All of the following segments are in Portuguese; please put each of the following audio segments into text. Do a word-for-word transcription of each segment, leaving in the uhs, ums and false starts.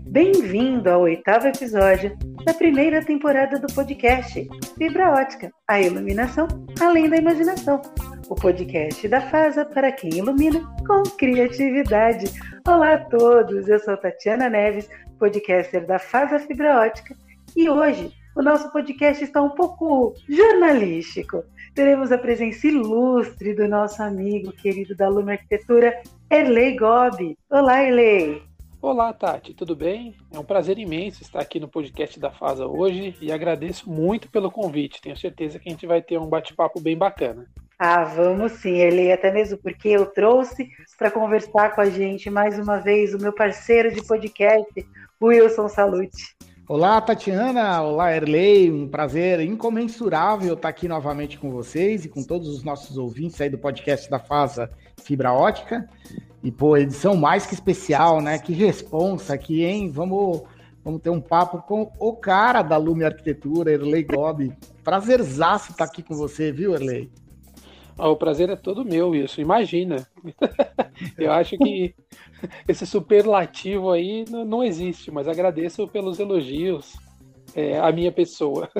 Bem-vindo ao oitavo episódio da primeira temporada do podcast Fibra Ótica, a iluminação além da imaginação. O podcast da Fasa para quem ilumina com criatividade. Olá a todos, eu sou Tatiana Neves, podcaster da Fasa Fibra Ótica, e hoje o nosso podcast está um pouco jornalístico. Teremos a presença ilustre do nosso amigo querido da Lume Arquitetura, Erley Gobi. Olá, Erley! Olá, Tati, tudo bem? É um prazer imenso estar aqui no podcast da Fasa hoje e agradeço muito pelo convite. Tenho certeza que a gente vai ter um bate-papo bem bacana. Ah, vamos sim, Erley, até mesmo porque eu trouxe para conversar com a gente mais uma vez o meu parceiro de podcast, Wilson Salute. Olá, Tatiana, olá, Erley, um prazer incomensurável estar aqui novamente com vocês e com todos os nossos ouvintes aí do podcast da Fasa Fibra Ótica. E, pô, edição mais que especial, né? Que responsa aqui, hein? Vamos, vamos ter um papo com o cara da Lume Arquitetura, Erley Gobi. Prazerzaço estar aqui com você, viu, Erley? O prazer é todo meu, isso. Imagina. Eu acho que esse superlativo aí não existe, mas agradeço pelos elogios é, à minha pessoa.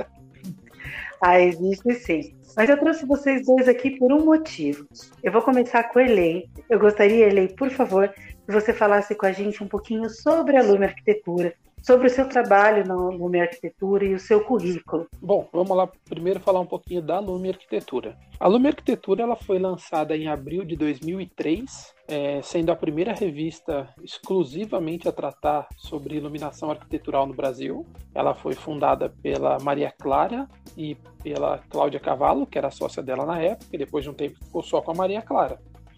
Ah, existe sim. Mas eu trouxe vocês dois aqui por um motivo. Eu vou começar com o Erley. Eu gostaria, Erley, por favor, que você falasse com a gente um pouquinho sobre a Lume Arquitetura, sobre o seu trabalho na Lume Arquitetura e o seu currículo. Bom, vamos lá primeiro falar um pouquinho da Lume Arquitetura. A Lume Arquitetura ela foi lançada em abril de dois mil e três, é, sendo a primeira revista exclusivamente a tratar sobre iluminação arquitetural no Brasil. Ela foi fundada pela Maria Clara e pela Cláudia Cavallo, que era a sócia dela na época, e depois de um tempo ficou só com a Maria Clara.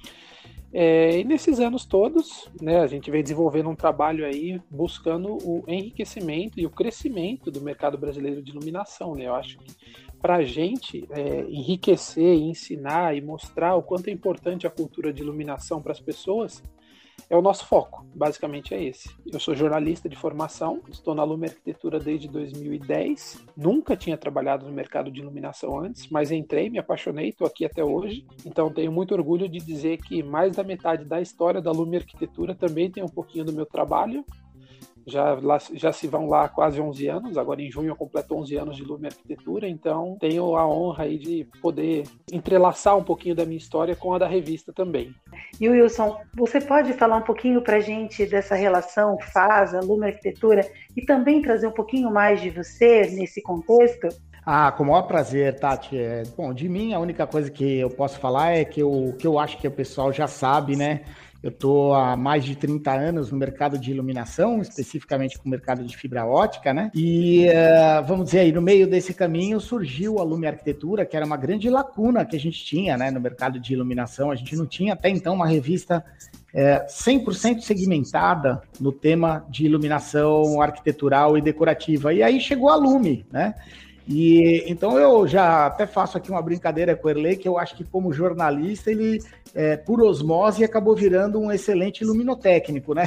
É, e nesses anos todos, né, a gente vem desenvolvendo um trabalho aí buscando o enriquecimento e o crescimento do mercado brasileiro de iluminação, né? Eu acho que para a gente é, enriquecer, ensinar e mostrar o quanto é importante a cultura de iluminação para as pessoas é o nosso foco, basicamente é esse. Eu sou jornalista de formação, estou na Lume Arquitetura desde dois mil e dez, nunca tinha trabalhado no mercado de iluminação antes, mas entrei, me apaixonei, estou aqui até hoje, então tenho muito orgulho de dizer que mais da metade da história da Lume Arquitetura também tem um pouquinho do meu trabalho. Já, lá, já se vão lá quase onze anos, agora em junho eu completo onze anos de Lume Arquitetura, então tenho a honra aí de poder entrelaçar um pouquinho da minha história com a da revista também. E Wilson, você pode falar um pouquinho para a gente dessa relação Fasa, Lume Arquitetura e também trazer um pouquinho mais de você nesse contexto? Ah, com o maior prazer, Tati. É, bom, de mim a única coisa que eu posso falar é que eu, que eu acho que o pessoal já sabe, né? Eu estou há mais de trinta anos no mercado de iluminação, especificamente com o mercado de fibra ótica, né? E, uh, vamos dizer aí, no meio desse caminho surgiu a Lume Arquitetura, que era uma grande lacuna que a gente tinha, né, no mercado de iluminação. A gente não tinha até então uma revista é, cem por cento segmentada no tema de iluminação arquitetural e decorativa. E aí chegou a Lume, né? E então eu já até faço aqui uma brincadeira com o Erley, que eu acho que como jornalista ele, é, por osmose, acabou virando um excelente iluminotécnico, né?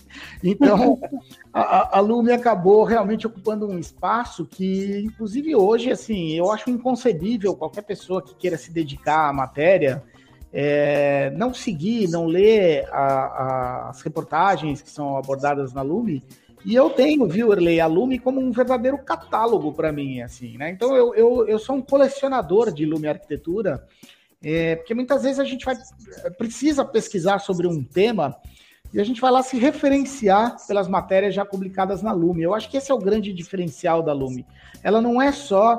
Então a, a Lume acabou realmente ocupando um espaço que, inclusive hoje, assim, eu acho inconcebível qualquer pessoa que queira se dedicar à matéria é, não seguir, não ler a, a, as reportagens que são abordadas na Lume. E eu tenho, viu, Erley, a Lume como um verdadeiro catálogo para mim, assim, né? Então eu, eu, eu sou um colecionador de Lume Arquitetura, é, porque muitas vezes a gente vai, precisa pesquisar sobre um tema e a gente vai lá se referenciar pelas matérias já publicadas na Lume. Eu acho que esse é o grande diferencial da Lume. Ela não é só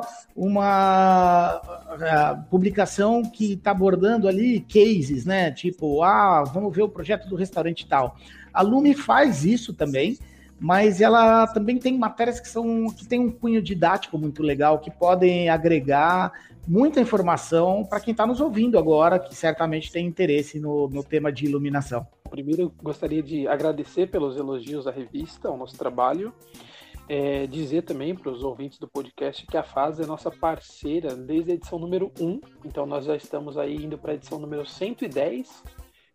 uma uh, publicação que está abordando ali cases, né? Tipo, ah, vamos ver o projeto do restaurante tal. A Lume faz isso também, mas ela também tem matérias que são que tem um cunho didático muito legal, que podem agregar muita informação para quem está nos ouvindo agora, que certamente tem interesse no, no tema de iluminação. Primeiro, eu gostaria de agradecer pelos elogios à revista, ao nosso trabalho, é, dizer também para os ouvintes do podcast que a Fasa é nossa parceira desde a edição número um, então nós já estamos aí indo para a edição número cento e dez,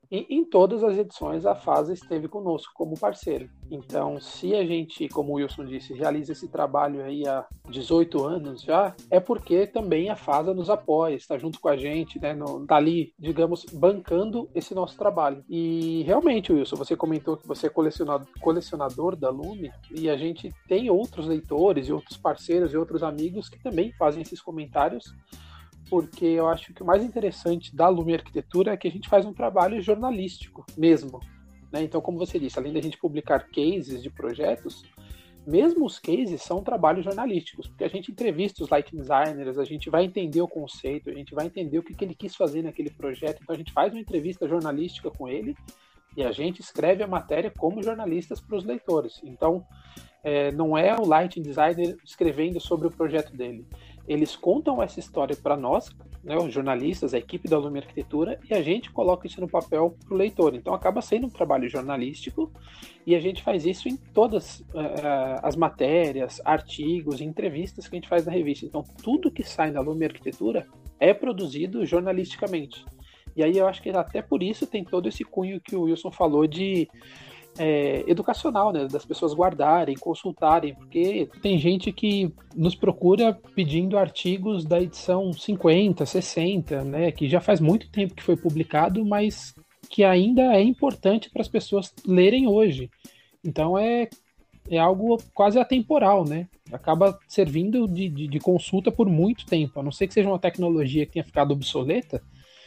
E em todas as edições a FASA esteve conosco como parceiro. Então, se a gente, como o Wilson disse, realiza esse trabalho aí há dezoito anos já, é porque também a FASA nos apoia, está junto com a gente, né, no, tá ali, digamos, bancando esse nosso trabalho. E realmente, Wilson, você comentou que você é colecionador, colecionador da Lume, e a gente tem outros leitores e outros parceiros e outros amigos que também fazem esses comentários, porque eu acho que o mais interessante da Lume Arquitetura é que a gente faz um trabalho jornalístico mesmo, né? Então, como você disse, além da gente publicar cases de projetos, mesmo os cases são trabalhos jornalísticos, porque a gente entrevista os lighting designers, a gente vai entender o conceito, a gente vai entender o que, que ele quis fazer naquele projeto, então a gente faz uma entrevista jornalística com ele e a gente escreve a matéria como jornalistas para os leitores. Então, é, não é o lighting designer escrevendo sobre o projeto dele. Eles contam essa história para nós, né, os jornalistas, a equipe da Lume Arquitetura, e a gente coloca isso no papel para o leitor. Então acaba sendo um trabalho jornalístico e a gente faz isso em todas uh, as matérias, artigos, entrevistas que a gente faz na revista. Então tudo que sai da Lume Arquitetura é produzido jornalisticamente. E aí eu acho que até por isso tem todo esse cunho que o Wilson falou de É, educacional, né, das pessoas guardarem, consultarem, porque tem gente que nos procura pedindo artigos da edição cinquenta, sessenta, né, que já faz muito tempo que foi publicado, mas que ainda é importante para as pessoas lerem hoje. Então é, é algo quase atemporal, né? Acaba servindo de, de, de consulta por muito tempo, a não ser que seja uma tecnologia que tenha ficado obsoleta,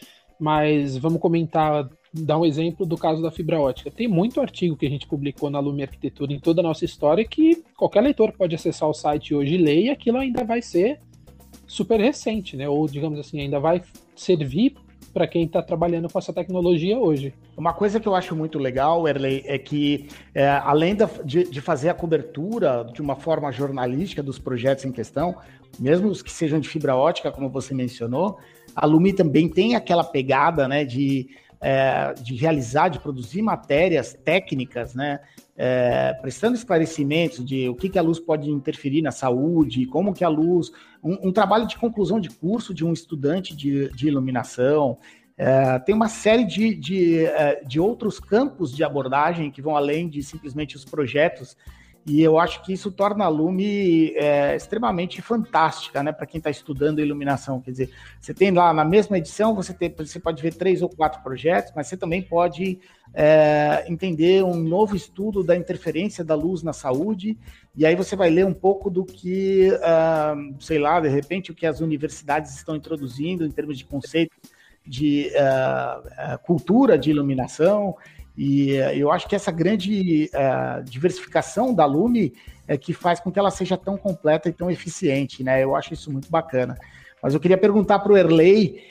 mas vamos comentar, dar um exemplo do caso da fibra ótica. Tem muito artigo que a gente publicou na Lume Arquitetura em toda a nossa história que qualquer leitor pode acessar o site hoje e ler, e aquilo ainda vai ser super recente, né? Ou, digamos assim, ainda vai servir para quem está trabalhando com essa tecnologia hoje. Uma coisa que eu acho muito legal, Erley, é que é, além da, de, de fazer a cobertura de uma forma jornalística dos projetos em questão, mesmo os que sejam de fibra ótica, como você mencionou, a Lume também tem aquela pegada, né, de, é, de realizar, de produzir matérias técnicas, né, é, prestando esclarecimentos de o que, que a luz pode interferir na saúde, como que a luz... Um, um trabalho de conclusão de curso de um estudante de, de iluminação. É, tem uma série de, de, de outros campos de abordagem que vão além de simplesmente os projetos, e eu acho que isso torna a Lume é, extremamente fantástica, né, para quem está estudando iluminação. Quer dizer, você tem lá na mesma edição, você, tem, você pode ver três ou quatro projetos, mas você também pode é, entender um novo estudo da interferência da luz na saúde, e aí você vai ler um pouco do que, uh, sei lá, de repente, o que as universidades estão introduzindo em termos de conceito de uh, uh, cultura de iluminação. E uh, eu acho que essa grande uh, diversificação da Lume é que faz com que ela seja tão completa e tão eficiente, né? Eu acho isso muito bacana. Mas eu queria perguntar para o Erley,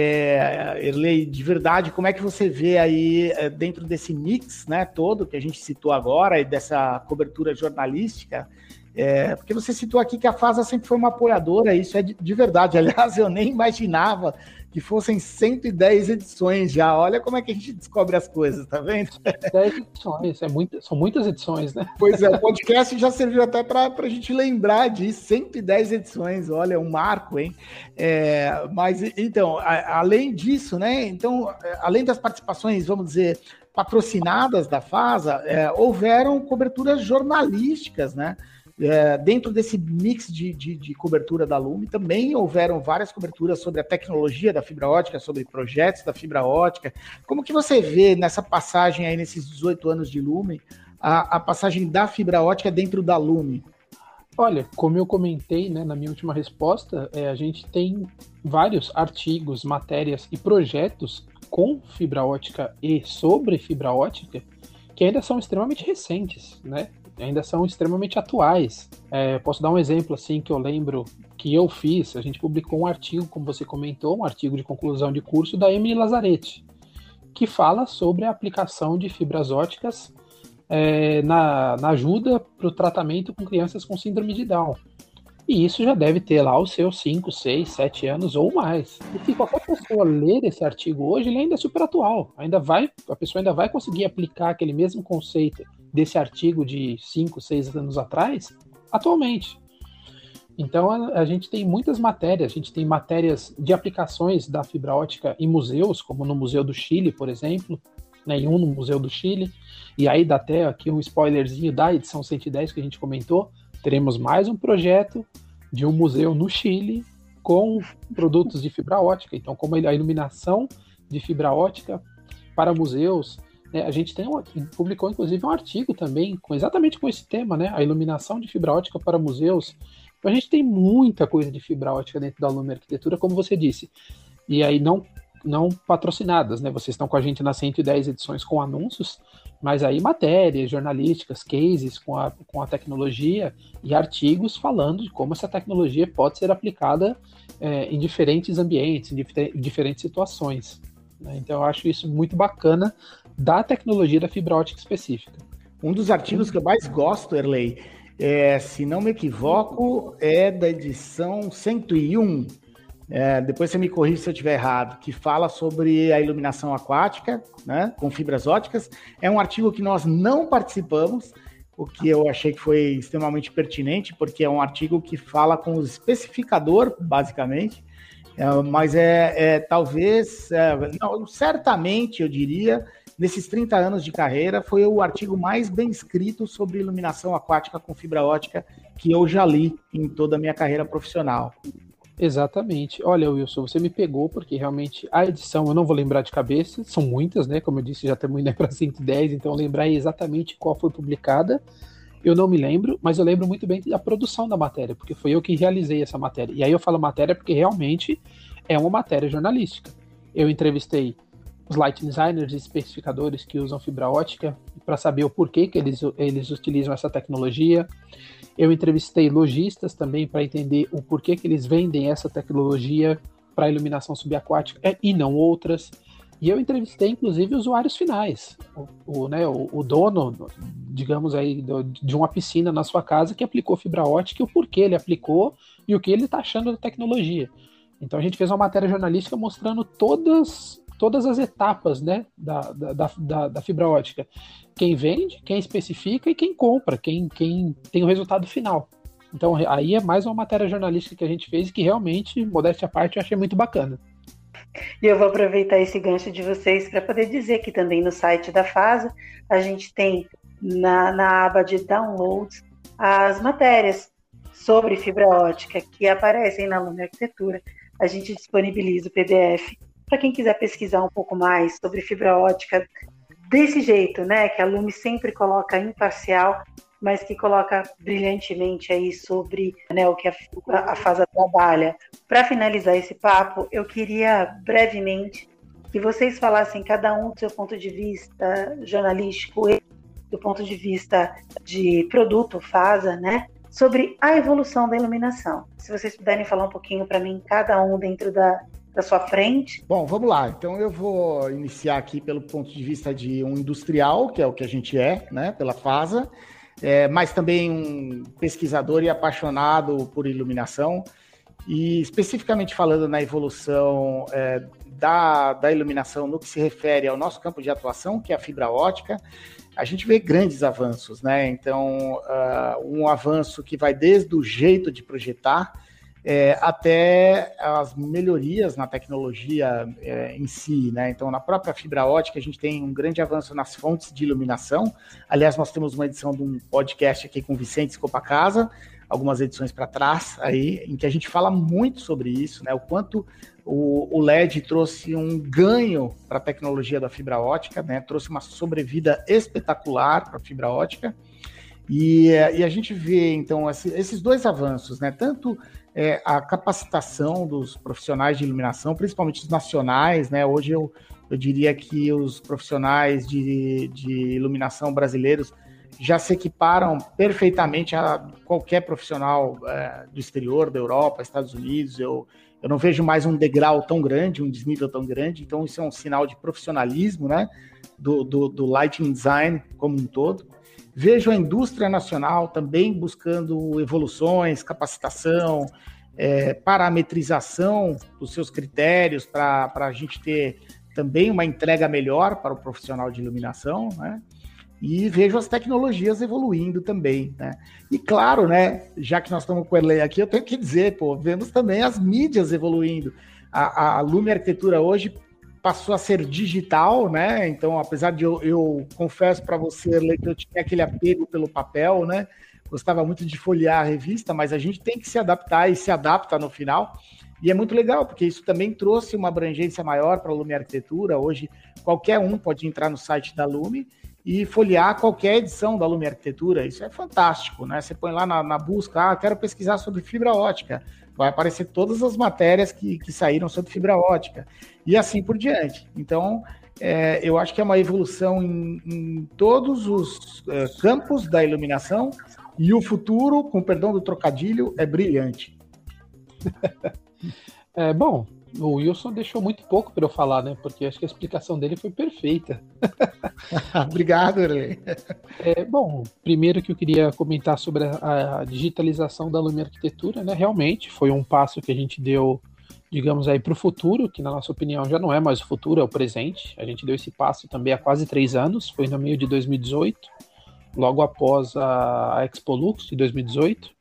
é, Erley, de verdade, como é que você vê aí é, dentro desse mix, né, todo que a gente citou agora e dessa cobertura jornalística, é, porque você citou aqui que a FASA sempre foi uma apoiadora, isso é de, de verdade. Aliás, eu nem imaginava que fossem cento e dez edições já. Olha como é que a gente descobre as coisas, tá vendo? dez edições, é muito, são muitas edições, né? Pois é, o podcast já serviu até para a gente lembrar disso, cento e dez edições, olha, um marco, hein? É, mas, então, a, além disso, né, então, além das participações, vamos dizer, patrocinadas da FASA, é, houveram coberturas jornalísticas, né? É, dentro desse mix de, de, de cobertura da Lume, também houveram várias coberturas sobre a tecnologia da fibra ótica, sobre projetos da fibra ótica. Como que você vê nessa passagem aí, nesses dezoito anos de Lume, a, a passagem da fibra ótica dentro da Lume? Olha, como eu comentei, né, na minha última resposta, é, a gente tem vários artigos, matérias e projetos com fibra ótica e sobre fibra ótica que ainda são extremamente recentes, né? Ainda são extremamente atuais. É, posso dar um exemplo assim que eu lembro que eu fiz. A gente publicou um artigo, como você comentou, um artigo de conclusão de curso da Emily Lazzaretti, que fala sobre a aplicação de fibras óticas é, na, na ajuda para o tratamento com crianças com síndrome de Down. E isso já deve ter lá os seus cinco, seis, sete anos ou mais. E se qualquer pessoa ler esse artigo hoje, ele ainda é super atual. Ainda vai, a pessoa ainda vai conseguir aplicar aquele mesmo conceito desse artigo de cinco, seis anos atrás, atualmente. Então a, a gente tem muitas matérias, a gente tem matérias de aplicações da fibra ótica em museus, como no Museu do Chile, por exemplo, né, e um no Museu do Chile. E aí dá até aqui um spoilerzinho da edição cento e dez que a gente comentou, teremos mais um projeto de um museu no Chile com produtos de fibra ótica. Então, como a iluminação de fibra ótica para museus, né, a gente tem um, publicou inclusive um artigo também com, exatamente com esse tema, né, a iluminação de fibra ótica para museus. Então, a gente tem muita coisa de fibra ótica dentro da Lume Arquitetura, como você disse, e aí não, não patrocinadas, né, vocês estão com a gente nas cento e dez edições com anúncios, mas aí matérias jornalísticas, cases com a, com a tecnologia e artigos falando de como essa tecnologia pode ser aplicada é, em diferentes ambientes, em, dif- em diferentes situações. Né? Então eu acho isso muito bacana da tecnologia da fibra ótica específica. Um dos artigos que eu mais gosto, Erley, é, se não me equivoco, é da edição cento e um, É, depois você me corrige se eu estiver errado, que fala sobre a iluminação aquática, né, com fibras óticas. É um artigo que nós não participamos, o que eu achei que foi extremamente pertinente, porque é um artigo que fala com o especificador, basicamente, é, mas é, é talvez, é, não, certamente, eu diria, nesses trinta anos de carreira, foi o artigo mais bem escrito sobre iluminação aquática com fibra ótica que eu já li em toda a minha carreira profissional. Exatamente. Olha, Wilson, você me pegou, porque realmente a edição eu não vou lembrar de cabeça, são muitas, né? Como eu disse, já estamos indo para cento e dez, então lembrar exatamente qual foi publicada, eu não me lembro, mas eu lembro muito bem da produção da matéria, porque foi eu que realizei essa matéria. E aí eu falo matéria porque realmente é uma matéria jornalística. Eu entrevistei os light designers e especificadores que usam fibra ótica para saber o porquê que eles, eles utilizam essa tecnologia. Eu entrevistei lojistas também para entender o porquê que eles vendem essa tecnologia para iluminação subaquática e não outras. E eu entrevistei, inclusive, usuários finais. O, o, né, o, o dono, digamos aí, do, de uma piscina na sua casa que aplicou fibra ótica e o porquê ele aplicou e o que ele está achando da tecnologia. Então a gente fez uma matéria jornalística mostrando todas... todas as etapas, né, da, da, da, da fibra ótica. Quem vende, quem especifica e quem compra, quem, quem tem o resultado final. Então, aí é mais uma matéria jornalística que a gente fez e que realmente, modéstia à parte, eu achei muito bacana. E eu vou aproveitar esse gancho de vocês para poder dizer que também no site da FASA a gente tem na, na aba de downloads as matérias sobre fibra ótica que aparecem na Lume Arquitetura. A gente disponibiliza o P D F para quem quiser pesquisar um pouco mais sobre fibra ótica desse jeito, né, que a Lume sempre coloca imparcial, mas que coloca brilhantemente aí sobre, né, o que a, a FASA trabalha. Para finalizar esse papo, eu queria brevemente que vocês falassem cada um do seu ponto de vista jornalístico e do ponto de vista de produto FASA, né, sobre a evolução da iluminação. Se vocês puderem falar um pouquinho para mim, cada um dentro da da sua frente. Bom, vamos lá. Então eu vou iniciar aqui pelo ponto de vista de um industrial, que é o que a gente é, né, pela FASA, é, mas também um pesquisador e apaixonado por iluminação, e especificamente falando na evolução é, da, da iluminação no que se refere ao nosso campo de atuação, que é a fibra ótica, a gente vê grandes avanços, né? Então, uh, um avanço que vai desde o jeito de projetar, É, até as melhorias na tecnologia é, em si, né? Então, na própria fibra ótica, a gente tem um grande avanço nas fontes de iluminação. Aliás, nós temos uma edição de um podcast aqui com o Vicente Scopacasa, algumas edições para trás, aí, em que a gente fala muito sobre isso, né? O quanto o, o L E D trouxe um ganho para a tecnologia da fibra ótica, né? Trouxe uma sobrevida espetacular para a fibra ótica. E, e a gente vê, então, esses dois avanços, né? Tanto é, a capacitação dos profissionais de iluminação, principalmente os nacionais, né? Hoje eu, eu diria que os profissionais de, de iluminação brasileiros já se equiparam perfeitamente a qualquer profissional é, do exterior, da Europa, Estados Unidos. Eu, eu não vejo mais um degrau tão grande, um desnível tão grande, então isso é um sinal de profissionalismo, né? Do, do, do lighting design como um todo. Vejo a indústria nacional também buscando evoluções, capacitação, é, parametrização dos seus critérios para a gente ter também uma entrega melhor para o profissional de iluminação, né? E vejo as tecnologias evoluindo também, né? E claro, né, já que nós estamos com o Erley aqui, eu tenho que dizer, pô, vemos também as mídias evoluindo. A, a Lume Arquitetura hoje passou a ser digital, né? Então, apesar de eu, eu confesso para você, Lê, que eu tinha aquele apego pelo papel, né? Gostava muito de folhear a revista, mas a gente tem que se adaptar e se adapta no final. E é muito legal, porque isso também trouxe uma abrangência maior para a Lume Arquitetura. Hoje, qualquer um pode entrar no site da Lume e folhear qualquer edição da Lume Arquitetura. Isso é fantástico, né? Você põe lá na, na busca, ah, quero pesquisar sobre fibra ótica. Vai aparecer todas as matérias que, que saíram sobre fibra ótica. E assim por diante. Então, é, eu acho que é uma evolução em, em todos os é, campos da iluminação. E o futuro, com perdão do trocadilho, é brilhante. É, bom, o Wilson deixou muito pouco para eu falar, né? Porque acho que a explicação dele foi perfeita. Obrigado, Erlei. É, bom, primeiro que eu queria comentar sobre a, a digitalização da Lume Arquitetura, né? Realmente foi um passo que a gente deu, digamos aí, para o futuro, que na nossa opinião já não é mais o futuro, é o presente. A gente deu esse passo também há quase três anos, foi no meio de dois mil e dezoito. Logo após a Expo Lux de dois mil e dezoito,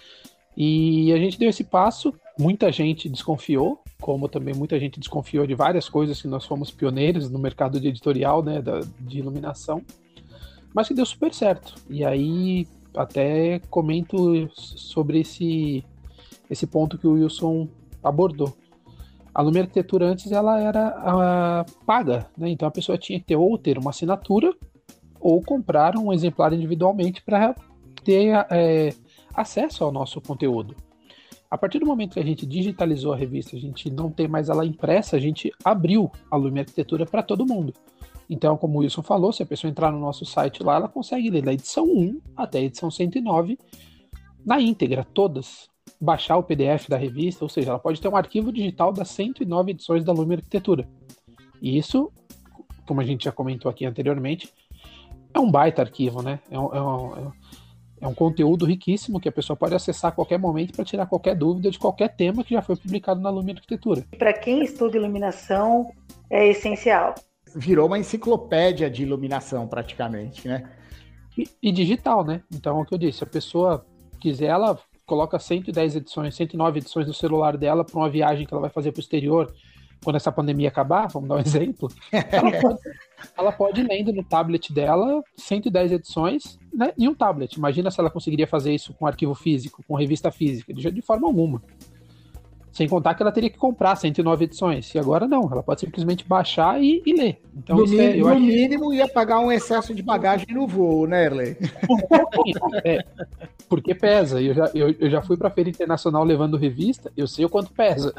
e a gente deu esse passo, muita gente desconfiou, como também muita gente desconfiou de várias coisas que nós fomos pioneiros no mercado de editorial, né, da, de iluminação, mas que deu super certo. E aí até comento sobre esse, esse ponto que o Wilson abordou. A Lume Arquitetura antes ela era a, paga, né, então a pessoa tinha que ter ou ter uma assinatura ou comprar um exemplar individualmente para ter é, acesso ao nosso conteúdo. A partir do momento que a gente digitalizou a revista, a gente não tem mais ela impressa, a gente abriu a Lume Arquitetura para todo mundo. Então, como o Wilson falou, se a pessoa entrar no nosso site lá, ela consegue ler da edição um até a edição cento e nove na íntegra, todas. Baixar o P D F da revista, ou seja, ela pode ter um arquivo digital das cento e nove edições da Lume Arquitetura. E isso, como a gente já comentou aqui anteriormente, é um baita arquivo, né? É um, é, um, é um conteúdo riquíssimo que a pessoa pode acessar a qualquer momento para tirar qualquer dúvida de qualquer tema que já foi publicado na Lume Arquitetura. Para quem estuda iluminação, é essencial. Virou uma enciclopédia de iluminação, praticamente, né? E, e digital, né? Então, é o que eu disse, se a pessoa quiser, ela coloca cento e dez edições, cento e nove edições do celular dela para uma viagem que ela vai fazer para o exterior, quando essa pandemia acabar, vamos dar um exemplo, ela pode, ela pode ir lendo no tablet dela cento e dez edições, né, em um tablet. Imagina se ela conseguiria fazer isso com arquivo físico, com revista física, de, de forma alguma. Sem contar que ela teria que comprar cento e nove edições. E agora não, ela pode simplesmente baixar e, e ler. Então, no isso mínimo, é, eu no acho... mínimo ia pagar um excesso de bagagem no voo, né, Erlei? É, porque pesa. Eu já, eu, eu já fui para a Feira Internacional levando revista, eu sei o quanto pesa.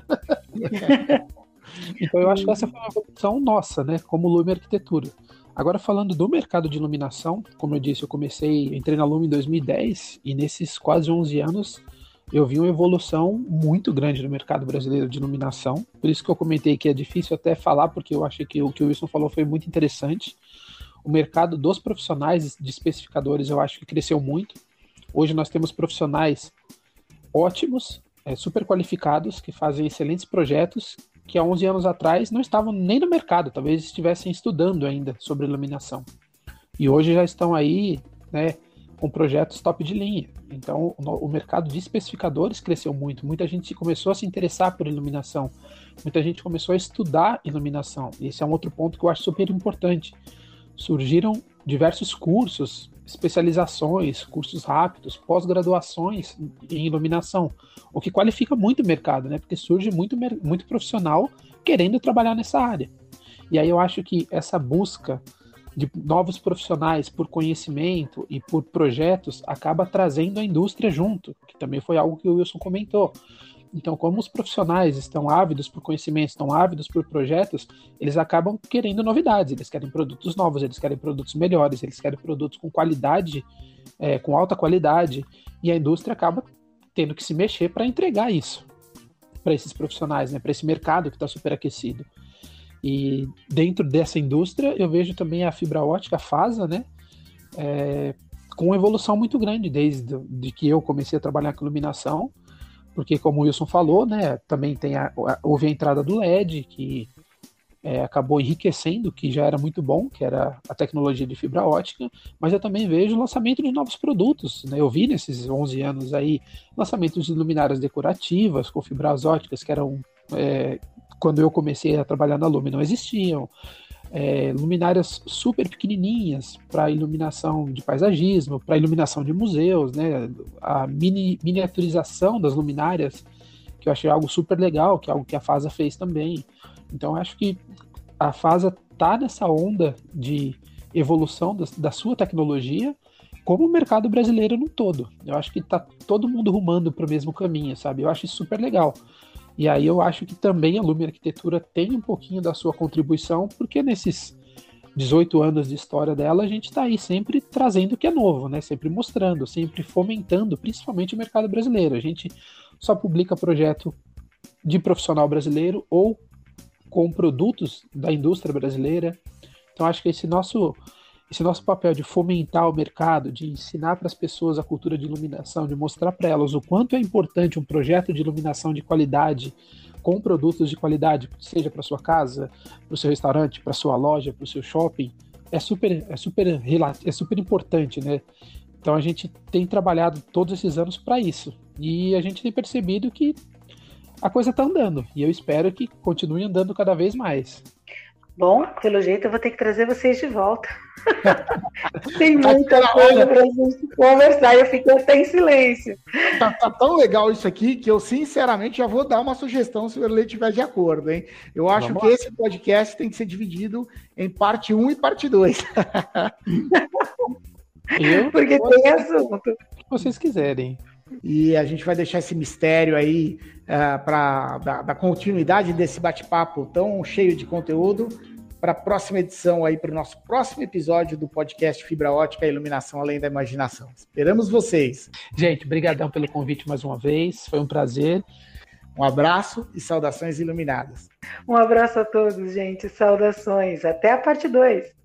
Então eu acho que essa foi uma evolução nossa, né, como Lume Arquitetura. Agora falando do mercado de iluminação, como eu disse, eu comecei, entrei na Lume em dois mil e dez e nesses quase onze anos eu vi uma evolução muito grande no mercado brasileiro de iluminação. Por isso que eu comentei que é difícil até falar, porque eu achei que o que o Wilson falou foi muito interessante. O mercado dos profissionais de especificadores eu acho que cresceu muito. Hoje nós temos profissionais ótimos, é, super qualificados, que fazem excelentes projetos, que há onze anos atrás não estavam nem no mercado, talvez estivessem estudando ainda sobre iluminação. E hoje já estão aí, né, com projetos top de linha. Então, o, o mercado de especificadores cresceu muito. Muita gente começou a se interessar por iluminação. Muita gente começou a estudar iluminação. E esse é um outro ponto que eu acho super importante. Surgiram diversos cursos, especializações, cursos rápidos, pós-graduações em iluminação, o que qualifica muito o mercado, né? Porque surge muito, muito profissional querendo trabalhar nessa área. E aí eu acho que essa busca de novos profissionais por conhecimento e por projetos acaba trazendo a indústria junto, que também foi algo que o Wilson comentou. Então, como os profissionais estão ávidos por conhecimento, estão ávidos por projetos, eles acabam querendo novidades, eles querem produtos novos, eles querem produtos melhores, eles querem produtos com qualidade, é, com alta qualidade, e a indústria acaba tendo que se mexer para entregar isso para esses profissionais, né, para esse mercado que está superaquecido. E dentro dessa indústria eu vejo também a fibra ótica, a FASA, né, é, com uma evolução muito grande desde de que eu comecei a trabalhar com iluminação, porque como o Wilson falou, né, também tem a, a, houve a entrada do L E D, que é, acabou enriquecendo, que já era muito bom, que era a tecnologia de fibra ótica, mas eu também vejo o lançamento de novos produtos, né? Eu vi nesses onze anos aí lançamentos de luminárias decorativas com fibras óticas que eram é, quando eu comecei a trabalhar na Lume, não existiam. É, luminárias super pequenininhas para iluminação de paisagismo, para iluminação de museus, né? A mini, miniaturização das luminárias, que eu achei algo super legal, que é algo que a FASA fez também. Então, acho que a FASA está nessa onda de evolução da, da sua tecnologia, como o mercado brasileiro no todo. Eu acho que está todo mundo rumando para o mesmo caminho, sabe? Eu acho isso super legal. E aí eu acho que também a Lume Arquitetura tem um pouquinho da sua contribuição, porque nesses dezoito anos de história dela, a gente está aí sempre trazendo o que é novo, né? Sempre mostrando, sempre fomentando, principalmente o mercado brasileiro. A gente só publica projeto de profissional brasileiro ou com produtos da indústria brasileira. Então acho que esse nosso, esse nosso papel de fomentar o mercado, de ensinar para as pessoas a cultura de iluminação, de mostrar para elas o quanto é importante um projeto de iluminação de qualidade, com produtos de qualidade, seja para sua casa, para o seu restaurante, para sua loja, para o seu shopping, é super, é super, é super importante, né? Então a gente tem trabalhado todos esses anos para isso. E a gente tem percebido que a coisa está andando. E eu espero que continue andando cada vez mais. Bom, pelo jeito eu vou ter que trazer vocês de volta. Tem muita coisa para a gente conversar e eu fico até em silêncio. Tá, tá tão legal isso aqui que eu sinceramente já vou dar uma sugestão se o Erlei estiver de acordo, hein? Eu acho Vamos que lá. Esse podcast tem que ser dividido em parte um e parte dois. Eu? Porque tem assunto. Se vocês quiserem. E a gente vai deixar esse mistério aí uh, para da, da continuidade desse bate-papo tão cheio de conteúdo para a próxima edição aí, para o nosso próximo episódio do podcast Fibra Ótica e Iluminação Além da Imaginação. Esperamos vocês. Gente, brigadão pelo convite mais uma vez, foi um prazer. Um abraço e saudações iluminadas. Um abraço a todos, gente, saudações. Até a parte dois.